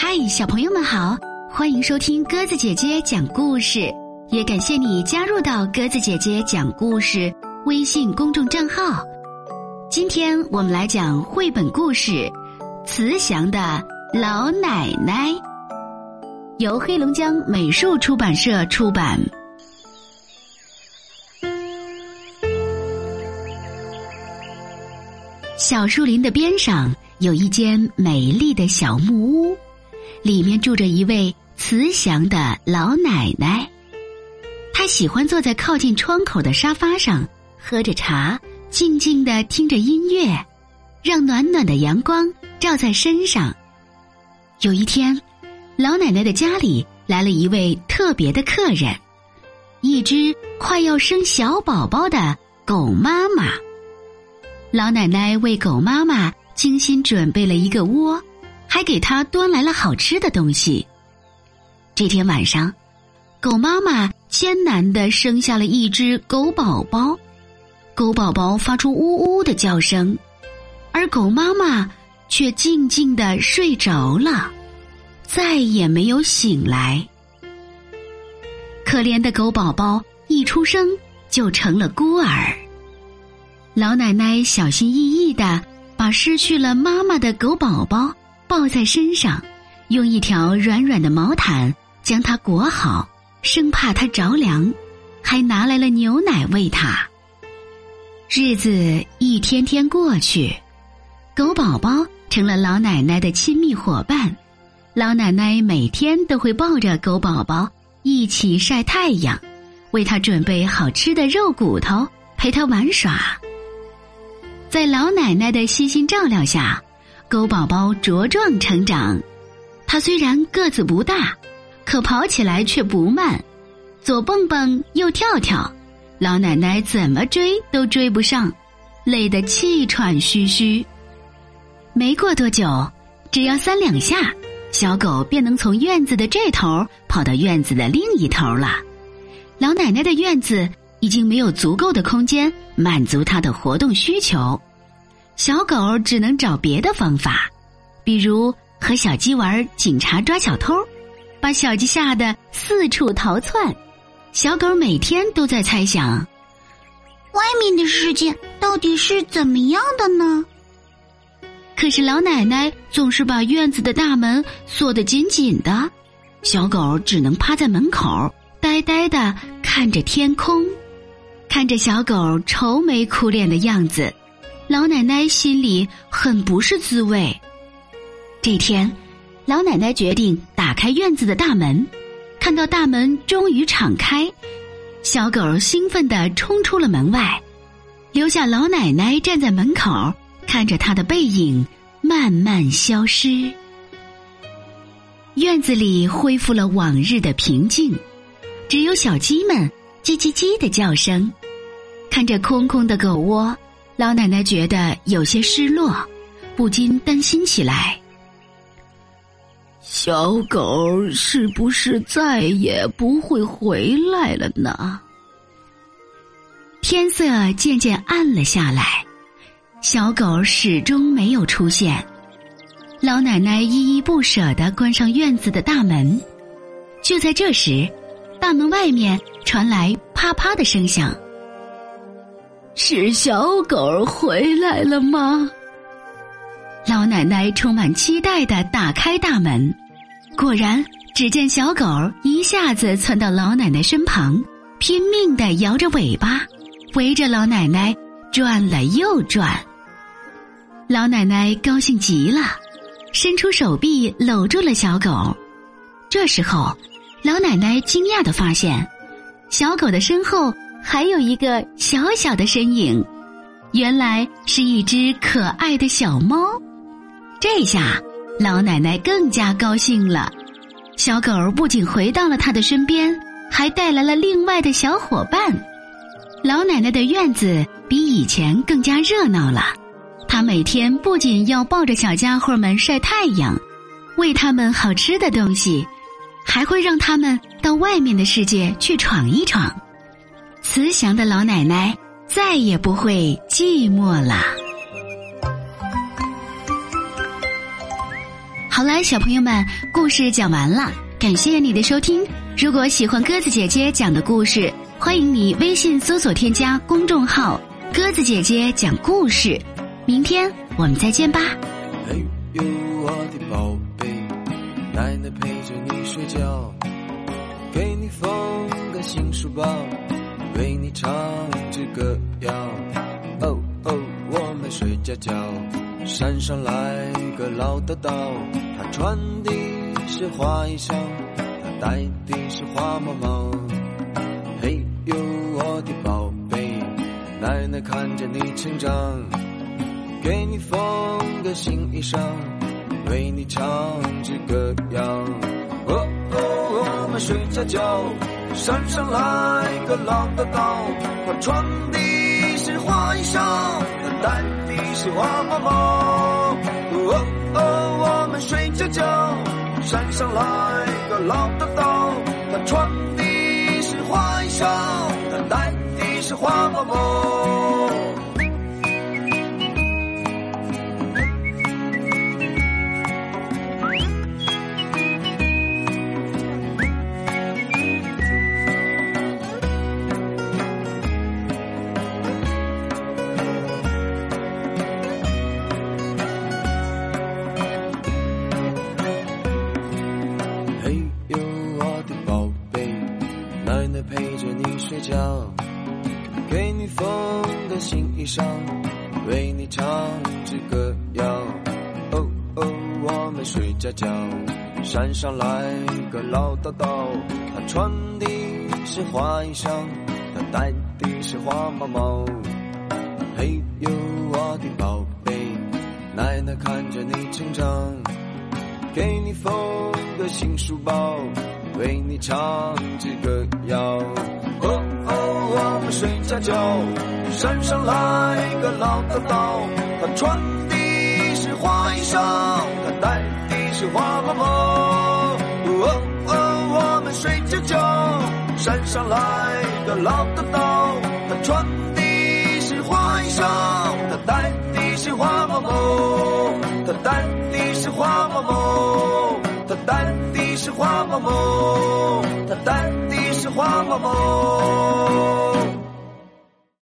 嗨，小朋友们好，欢迎收听鸽子姐姐讲故事，也感谢你加入到鸽子姐姐讲故事微信公众账号。今天我们来讲绘本故事《慈祥的老奶奶》，由黑龙江美术出版社出版。小树林的边上有一间美丽的小木屋，里面住着一位慈祥的老奶奶。她喜欢坐在靠近窗口的沙发上，喝着茶，静静地听着音乐，让暖暖的阳光照在身上。有一天，老奶奶的家里来了一位特别的客人，一只快要生小宝宝的狗妈妈。老奶奶为狗妈妈精心准备了一个窝，还给她端来了好吃的东西。这天晚上，狗妈妈艰难地生下了一只狗宝宝，狗宝宝发出呜呜的叫声，而狗妈妈却静静地睡着了，再也没有醒来。可怜的狗宝宝一出生就成了孤儿。老奶奶小心翼翼地把失去了妈妈的狗宝宝抱在身上，用一条软软的毛毯将它裹好，生怕它着凉，还拿来了牛奶喂它。日子一天天过去，狗宝宝成了老奶奶的亲密伙伴。老奶奶每天都会抱着狗宝宝一起晒太阳，为它准备好吃的肉骨头，陪它玩耍。在老奶奶的悉心照料下，狗宝宝茁壮成长。它虽然个子不大，可跑起来却不慢，左蹦蹦右跳跳，老奶奶怎么追都追不上，累得气喘吁吁。没过多久，只要3-2下，小狗便能从院子的这头跑到院子的另一头了。老奶奶的院子已经没有足够的空间满足它的活动需求，小狗只能找别的方法，比如和小鸡玩警察抓小偷，把小鸡吓得四处逃窜。小狗每天都在猜想， 外面的世界到底是怎么样的呢？ 可是老奶奶总是把院子的大门锁得紧紧的，小狗只能趴在门口，呆呆地看着天空。看着小狗愁眉苦脸的样子，老奶奶心里很不是滋味。这天，老奶奶决定打开院子的大门，看到大门终于敞开，小狗兴奋地冲出了门外，留下老奶奶站在门口，看着她的背影慢慢消失。院子里恢复了往日的平静，只有小鸡们叽叽叽的叫声。看着空空的狗窝，老奶奶觉得有些失落，不禁担心起来。小狗是不是再也不会回来了呢？天色渐渐暗了下来，小狗始终没有出现。老奶奶依依不舍地关上院子的大门。就在这时，大门外面传来啪啪的声响。是小狗回来了吗？老奶奶充满期待地打开大门，果然，只见小狗一下子窜到老奶奶身旁，拼命地摇着尾巴，围着老奶奶转了又转。老奶奶高兴极了，伸出手臂搂住了小狗。这时候，老奶奶惊讶地发现，小狗的身后还有一个小小的身影，原来是一只可爱的小猫。这下老奶奶更加高兴了，小狗不仅回到了她的身边，还带来了另外的小伙伴。老奶奶的院子比以前更加热闹了，她每天不仅要抱着小家伙们晒太阳，喂它们好吃的东西，还会让它们到外面的世界去闯一闯。慈祥的老奶奶再也不会寂寞了。 好了，小朋友们，故事讲完了，感谢你的收听。如果喜欢鸽子姐姐讲的故事，欢迎你微信搜索添加公众号鸽子姐姐讲故事。明天我们再见吧。 嘿呦我的宝贝，奶奶陪着你睡觉，给你缝个新书包，为你唱支歌谣。哦哦，我们睡觉觉，山上来个老道道，他穿的是花衣裳，他戴的是花毛毛。嘿呦我的宝贝，奶奶看着你成长，给你缝个新衣裳，为你唱支歌谣。哦哦，我们睡觉觉，山上来个老道道，他穿的是花衣裳，他戴的是花毛毛。哦哦，我们睡觉觉，山上来个老道道，他穿的是花衣裳，他戴的是花毛毛。奶奶陪着你睡觉，给你缝个新衣裳，为你唱支歌谣。哦哦，我们睡觉觉，山上来个老道道，他穿的是花衣裳，他戴的是花毛毛。嘿呦我的宝贝，奶奶看着你成长，给你缝个新书包，为你唱支歌谣。哦哦，我们睡觉觉，山上来个老道道，他穿的是花衣裳，他戴的是花毛毛。哦哦，我们睡觉觉，山上来个老道道，他穿的是花衣裳，他戴的是花毛毛，他戴的是花毛毛，他戴的是花毛毛，他戴的是花毛毛。